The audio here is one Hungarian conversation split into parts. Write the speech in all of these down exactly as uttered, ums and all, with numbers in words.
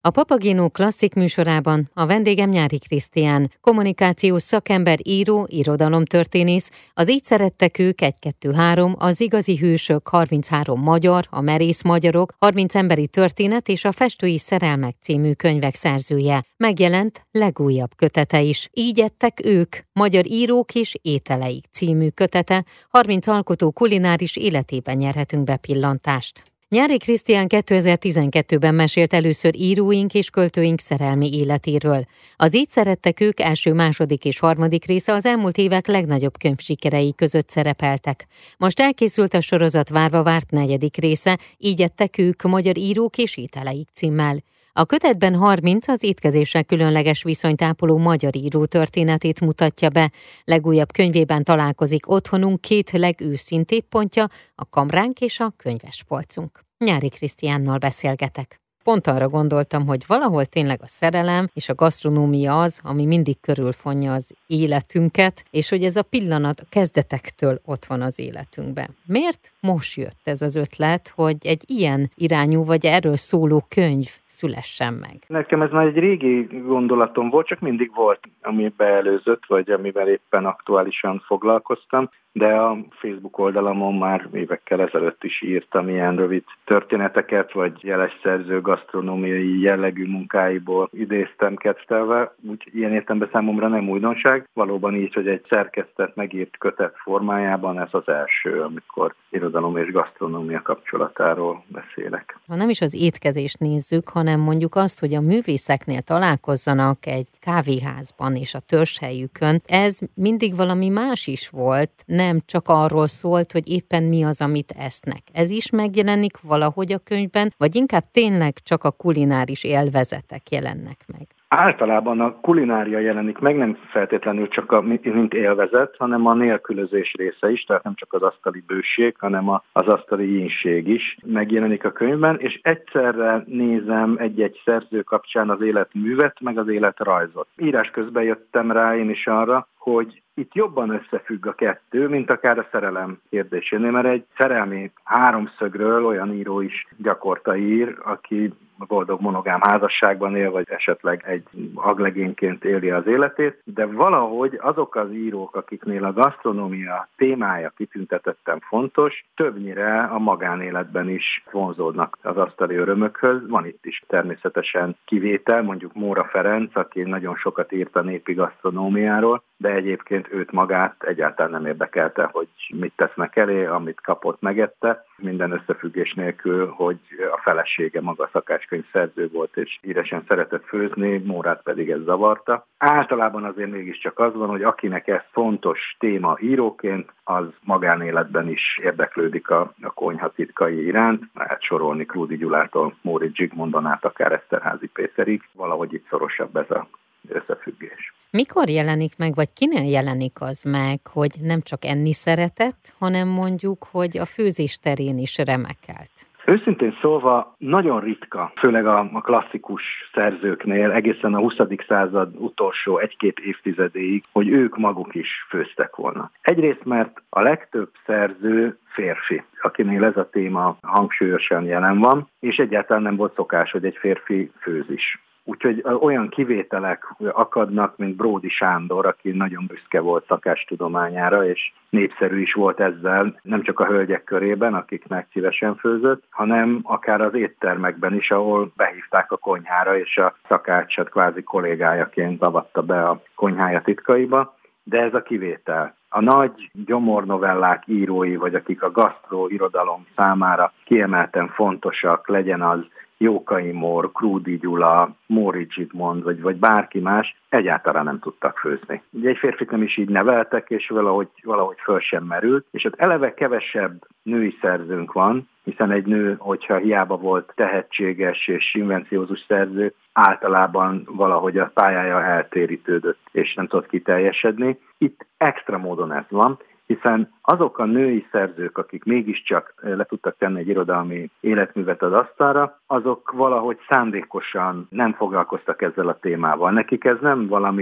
A Papageno klasszik műsorában a vendégem Nyári Krisztián, kommunikációs szakember, író, irodalomtörténész, az Így szerettek ők egy kettő három, az Igazi hősök, harminchárom magyar, a Merész magyarok, harminc emberi történet és a Festői szerelmek című könyvek szerzője. Megjelent legújabb kötete is. Így ettek ők, magyar írók és ételeik című kötete, harminc alkotó kulináris életében nyerhetünk bepillantást. Nyári Krisztián kétezer-tizenkettőben mesélt először íróink és költőink szerelmi életéről. Az Így szerettek ők első, második és harmadik része az elmúlt évek legnagyobb könyvsikerei között szerepeltek. Most elkészült a sorozat várva várt negyedik része, Így ettek ők, magyar írók és ételeik címmel. A kötetben harminc az étkezéssel különleges viszonyt ápoló magyar író történetét mutatja be. Legújabb könyvében találkozik otthonunk két legőszintébb pontja, a kamránk és a könyvespolcunk. Nyári Krisztiánnal beszélgetek. Pont arra gondoltam, hogy valahol tényleg a szerelem és a gasztronómia az, ami mindig körülfonja az életünket, és hogy ez a pillanat a kezdetektől ott van az életünkben. Miért most jött ez az ötlet, hogy egy ilyen irányú vagy erről szóló könyv szülessen meg? Nekem ez már egy régi gondolatom volt, csak mindig volt, ami beelőzött, vagy amivel éppen aktuálisan foglalkoztam, de a Facebook oldalamon már évekkel ezelőtt is írtam ilyen rövid történeteket, vagy jeles szerző gasztronómiai jellegű munkáiból idéztem kedvtelve, úgyhogy ilyen értelemben számomra nem újdonság. Valóban így, hogy egy szerkesztett, megírt kötet formájában ez az első, amikor irodalom és gasztronómia kapcsolatáról beszélek. Ha nem is az étkezést nézzük, hanem mondjuk azt, hogy a művészeknél találkozzanak egy kávéházban és a törzshelyükön, ez mindig valami más is volt, nem csak arról szólt, hogy éppen mi az, amit esznek. Ez is megjelenik valahogy a könyvben, vagy inkább tényleg csak a kulináris élvezetek jelennek meg? Általában a kulinária jelenik meg, nem feltétlenül csak a, mint élvezet, hanem a nélkülözés része is, tehát nem csak az asztali bőség, hanem a, az asztali ínség is megjelenik a könyvben, és egyszerre nézem egy-egy szerző kapcsán az életművet, meg az életrajzot. Írás közben jöttem rá én is arra, hogy itt jobban összefügg a kettő, mint akár a szerelem kérdésénél, mert egy szerelmi háromszögről olyan író is gyakorta ír, aki boldog monogám házasságban él, vagy esetleg egy aglegényként éli az életét, de valahogy azok az írók, akiknél a gasztronómia témája kitüntetetten fontos, többnyire a magánéletben is vonzódnak az asztali örömökhöz. Van itt is természetesen kivétel, mondjuk Móra Ferenc, aki nagyon sokat írt a népi gasztronómiáról, de egyébként őt magát egyáltalán nem érdekelte, hogy mit tesznek elé, amit kapott, megette. Minden összefüggés nélkül, hogy a felesége maga szakácskönyv szerző volt, és íresen szeretett főzni, Mórát pedig ez zavarta. Általában azért mégiscsak az van, hogy akinek ez fontos téma íróként, az magánéletben is érdeklődik a, a konyha titkai iránt. Lehet sorolni Krúdy Gyulától Móricz Zsigmondon át akár Eszterházy Péterig. Valahogy itt szorosabb ez a összefüggés. Mikor jelenik meg, vagy kinél jelenik az meg, hogy nem csak enni szeretett, hanem mondjuk, hogy a főzés terén is remekelt? Őszintén szólva nagyon ritka, főleg a, a klasszikus szerzőknél egészen a huszadik század utolsó egy-két évtizedéig, hogy ők maguk is főztek volna. Egyrészt, mert a legtöbb szerző férfi, akinél ez a téma hangsúlyosan jelen van, és egyáltalán nem volt szokás, hogy egy férfi főz is. Úgyhogy olyan kivételek akadnak, mint Bródy Sándor, aki nagyon büszke volt szakácstudományára, és népszerű is volt ezzel, nem csak a hölgyek körében, akiknek szívesen főzött, hanem akár az éttermekben is, ahol behívták a konyhára, és a szakácsot kvázi kollégájaként avatta be a konyhája titkaiba, de ez a kivétel. A nagy gyomornovellák írói, vagy akik a gasztroirodalom számára kiemelten fontosak, legyen az Jókai Mór, Krúdy Gyula, Móricz Zsigmond, vagy, vagy bárki más, egyáltalán nem tudtak főzni. Ugye egy férfit nem is így neveltek, és valahogy, valahogy föl sem merült, és ott eleve kevesebb női szerzőnk van, hiszen egy nő, hogyha hiába volt tehetséges és invenciózus szerző, általában valahogy a pályája eltérítődött, és nem tudott kiteljesedni. Itt extra módon ez van, hiszen azok a női szerzők, akik mégiscsak le tudtak tenni egy irodalmi életművet az asztalra, azok valahogy szándékosan nem foglalkoztak ezzel a témával. Nekik ez nem valami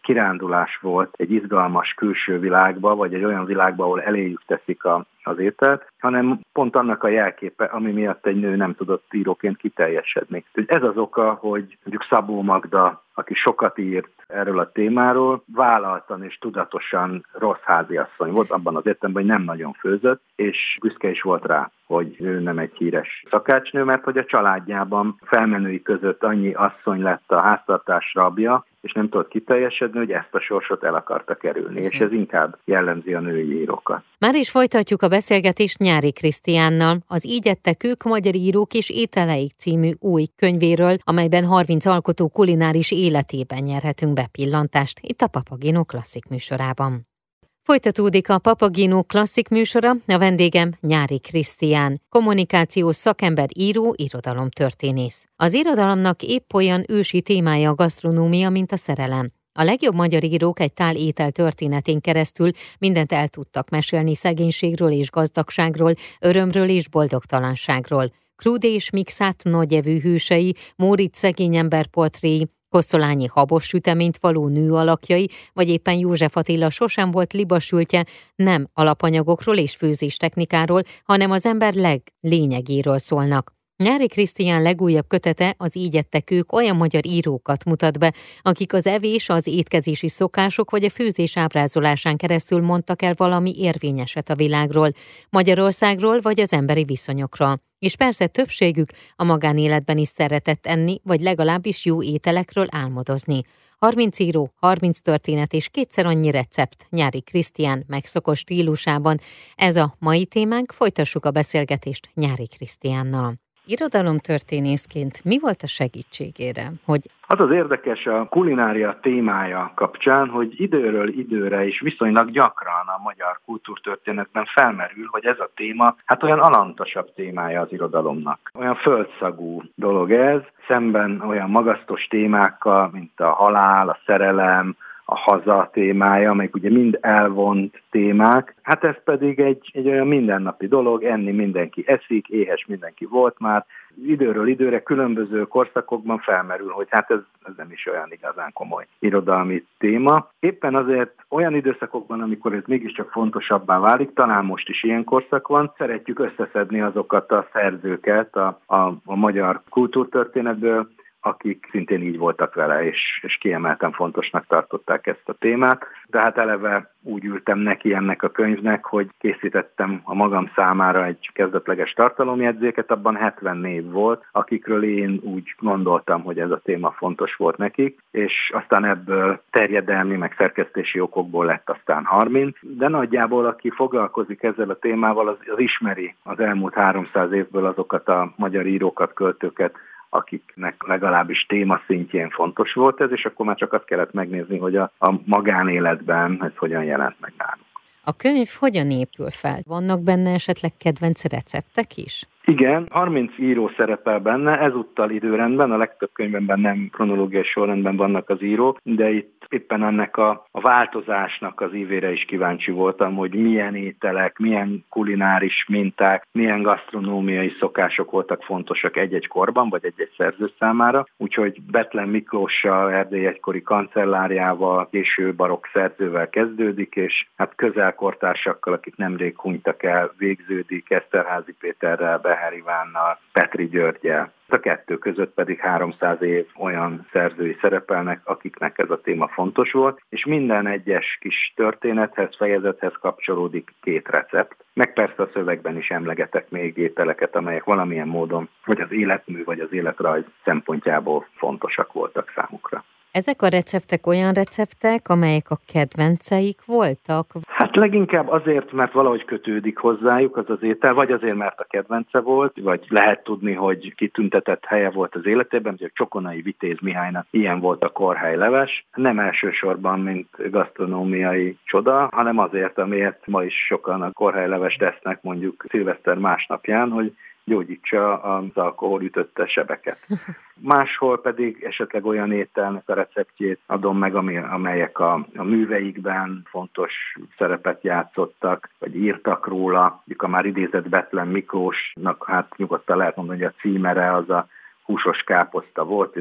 kirándulás volt egy izgalmas külső világba, vagy egy olyan világba, ahol eléjük teszik a, az ételt, hanem pont annak a jelképe, ami miatt egy nő nem tudott íróként kiteljesedni. Ez az oka, hogy mondjuk Szabó Magda, aki sokat írt erről a témáról, vállaltan és tudatosan rossz háziasszony volt, abban az értelemben, hogy nem nagyon főzött, és büszke is volt rá, hogy ő nem egy híres szakácsnő, mert hogy a családjában felmenői között annyi asszony lett a háztartás rabja, és nem tudott kiteljesedni, hogy ezt a sorsot el akarta kerülni, és ez inkább jellemzi a női írókat. Már is folytatjuk a beszélgetést Nyári Krisztiánnal, az Így ettek ők, magyar írók és ételeik című új könyvéről, amelyben harminc alkotó kulináris életében nyerhetünk bepillantást itt a Papagino Klasszik műsorában. Folytatódik a Papagino Klasszik műsora, a vendégem Nyári Krisztián, kommunikációs szakember, író, irodalomtörténész. Az irodalomnak épp olyan ősi témája a gasztronómia, mint a szerelem. A legjobb magyar írók egy tál étel történetén keresztül mindent el tudtak mesélni szegénységről és gazdagságról, örömről és boldogtalanságról. Krúde és Mixát nagyevű hősei, Móricz szegény ember portréi, Kosztolányi habos süteményt való nő alakjai, vagy éppen József Attila sosem volt libasültje, nem alapanyagokról és főzéstechnikáról, hanem az ember leglényegéről szólnak. Nyári Krisztián legújabb kötete, az Így ettek ők, olyan magyar írókat mutat be, akik az evés, az étkezési szokások vagy a főzés ábrázolásán keresztül mondtak el valami érvényeset a világról, Magyarországról vagy az emberi viszonyokra. És persze többségük a magánéletben is szeretett enni, vagy legalábbis jó ételekről álmodozni. harminc író, harminc történet és kétszer annyi recept Nyári Krisztián megszokott stílusában. Ez a mai témánk, folytassuk a beszélgetést Nyári Krisztiánnal. Irodalomtörténészként mi volt a segítségére, hogy... Az az érdekes a kulinária témája kapcsán, hogy időről időre és viszonylag gyakran a magyar kultúrtörténetben felmerül, hogy ez a téma hát olyan alantasabb témája az irodalomnak. Olyan földszagú dolog ez, szemben olyan magasztos témákkal, mint a halál, a szerelem, a haza témája, amelyek ugye mind elvont témák. Hát ez pedig egy, egy olyan mindennapi dolog, enni mindenki eszik, éhes mindenki volt már. Időről időre különböző korszakokban felmerül, hogy hát ez, ez nem is olyan igazán komoly irodalmi téma. Éppen azért olyan időszakokban, amikor ez mégiscsak fontosabbá válik, talán most is ilyen korszak van, szeretjük összeszedni azokat a szerzőket a, a, a magyar kultúrtörténetből, akik szintén így voltak vele, és, és kiemelten fontosnak tartották ezt a témát. De hát eleve úgy ültem neki ennek a könyvnek, hogy készítettem a magam számára egy kezdetleges tartalomjegyzéket, abban hetven név volt, akikről én úgy gondoltam, hogy ez a téma fontos volt nekik, és aztán ebből terjedelmi, meg szerkesztési okokból lett aztán harminc, de nagyjából aki foglalkozik ezzel a témával, az, az ismeri az elmúlt háromszáz évből azokat a magyar írókat, költőket, akiknek legalábbis téma szintjén fontos volt ez, és akkor már csak azt kellett megnézni, hogy a, a magánéletben ez hogyan jelent meg nálunk. A könyv hogyan épül fel? Vannak benne esetleg kedvenc receptek is? Igen, harminc író szerepel benne, ezúttal időrendben, a legtöbb könyvben nem kronológiai sorrendben vannak az írók, de itt éppen ennek a, a változásnak az ívére is kíváncsi voltam, hogy milyen ételek, milyen kulináris minták, milyen gasztronómiai szokások voltak fontosak egy-egy korban, vagy egy-egy szerző számára. Úgyhogy Bethlen Miklóssal, Erdély egykori kancellárjával, késő barokk szerzővel kezdődik, és hát közelkortársakkal, akik nemrég hunytak el, végződik Eszterházy Péterrel, Beher Ivánnal, Petri Györggyel. A kettő között pedig háromszáz év olyan szerzői szerepelnek, akiknek ez a téma fontos volt, és minden egyes kis történethez, fejezethez kapcsolódik két recept. Meg persze a szövegben is emlegetek még ételeket, amelyek valamilyen módon, vagy az életmű, vagy az életrajz szempontjából fontosak voltak számukra. Ezek a receptek olyan receptek, amelyek a kedvenceik voltak? Hát leginkább azért, mert valahogy kötődik hozzájuk az az étel, vagy azért, mert a kedvence volt, vagy lehet tudni, hogy kitüntetett helye volt az életében, hogy a Csokonai Vitéz Mihálynak ilyen volt a korhelyleves. Nem elsősorban, mint gasztronómiai csoda, hanem azért, amiért ma is sokan a korhelylevest esznek mondjuk szilveszter másnapján, hogy gyógyítsa az alkohol ütötte sebeket. Máshol pedig esetleg olyan ételnek a receptjét adom meg, amelyek a, a műveikben fontos szerepet játszottak, vagy írtak róla. Mondjuk a már idézett Bethlen Miklósnak, hát nyugodtan lehet mondani, hogy a címere az a húsos káposzta volt, ő ezt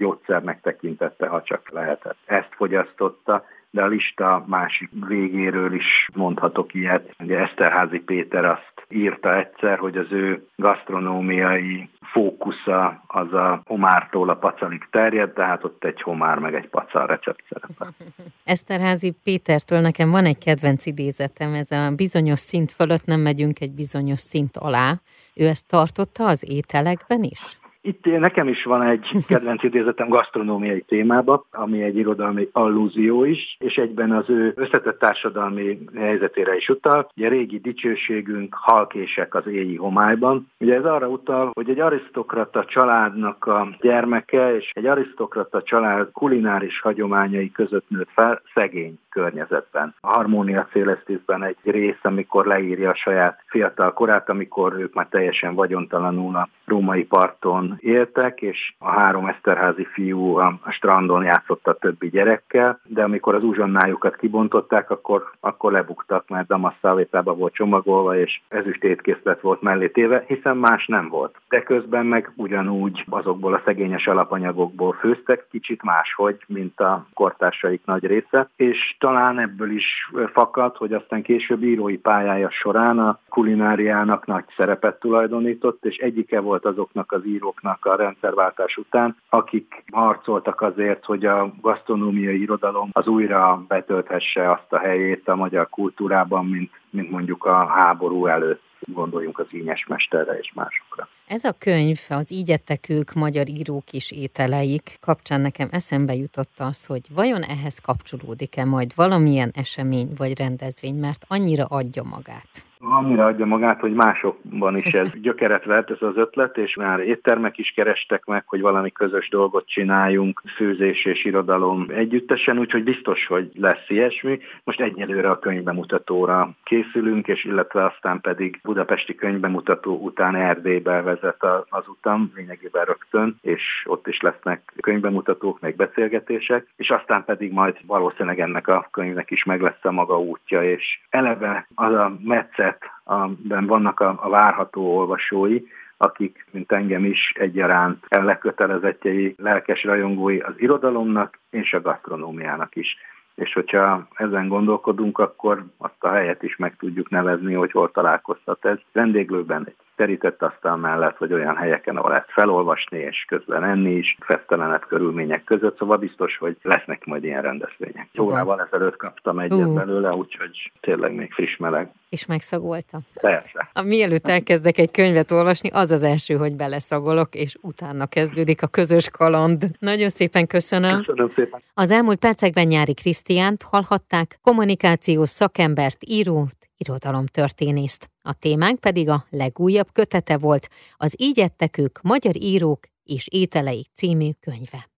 gyógyszernek tekintette, ha csak lehetett. Ezt fogyasztotta, de a lista másik végéről is mondhatok ilyet. Ugye Eszterházy Péter azt írta egyszer, hogy az ő gasztronómiai fókusza az a homártól a pacalig terjed, tehát ott egy homár meg egy pacal recept szerepel. Eszterházy Pétertől nekem van egy kedvenc idézetem, ez a bizonyos szint fölött nem megyünk egy bizonyos szint alá. Ő ezt tartotta az ételekben is? Itt nekem is van egy kedvenc idézetem gasztronómiai témába, ami egy irodalmi allúzió is, és egyben az ő összetett társadalmi helyzetére is utal. Ugye régi dicsőségünk, halkések az éji homályban. Ugye ez arra utal, hogy egy arisztokrata családnak a gyermeke és egy arisztokrata család kulináris hagyományai között nőtt fel szegény környezetben. A Harmónia Célesztisben egy rész, amikor leírja a saját fiatal korát, amikor ők már teljesen vagyontalanul a római parton éltek, és a három eszterházy fiú a strandon játszott a többi gyerekkel, de amikor az uzsonnájukat kibontották, akkor, akkor lebuktak, mert damasz szalvétába volt csomagolva, és ezüst étkészlet volt mellé téve, hiszen más nem volt. De közben meg ugyanúgy azokból a szegényes alapanyagokból főztek, kicsit máshogy, mint a kortársaik nagy része, és talán ebből is fakad, hogy aztán később írói pályája során a kulináriának nagy szerepet tulajdonított, és egyike volt azoknak az íróknak a rendszerváltás után, akik harcoltak azért, hogy a gasztronómiai irodalom az újra betölthesse azt a helyét a magyar kultúrában, mint, mint mondjuk a háború előtt. Gondoljunk az Ínyes mesterre és másokra. Ez a könyv, az Így ettek ők, magyar írók és ételeik kapcsán nekem eszembe jutott az, hogy vajon ehhez kapcsolódik-e majd valamilyen esemény vagy rendezvény, mert annyira adja magát. Annyira adja magát, hogy másokban is ez gyökeret vert ez az ötlet, és már éttermek is kerestek meg, hogy valami közös dolgot csináljunk, főzés és irodalom együttesen, úgyhogy biztos, hogy lesz ilyesmi. Most egyelőre a könyvbemutatóra készülünk, és illetve aztán pedig budapesti könyvbemutató után Erdélybe vezet az utam, lényegében rögtön, és ott is lesznek könyvbemutatók, meg beszélgetések, és aztán pedig majd valószínűleg ennek a könyvnek is meg lesz a maga útja, és eleve az a metszet, amiben vannak a, a várható olvasói, akik, mint engem is, egyaránt lekötelezettjei, lelkes rajongói az irodalomnak és a gasztronómiának is. És hogyha ezen gondolkodunk, akkor azt a helyet is meg tudjuk nevezni, hogy hol találkozhat ez. Vendéglőben egy terített asztal mellett, vagy olyan helyeken, ahol lehet felolvasni és közben enni is, fesztelenebb körülmények között, szóval biztos, hogy lesznek majd ilyen rendezvények. Órával ezelőtt kaptam egyet uh. belőle, úgyhogy tényleg még friss meleg. És megszagolta? Persze. A mielőtt elkezdek egy könyvet olvasni, az az első, hogy beleszagolok, és utána kezdődik a közös kaland. Nagyon szépen köszönöm. Köszönöm szépen. Az elmúlt percekben Nyári Krisztiánt hallhatták, kommunikációs szakembert, írót, irodalomtörténészt. A témánk pedig a legújabb kötete volt, az Így ettek ők, magyar írók és ételeik című könyve.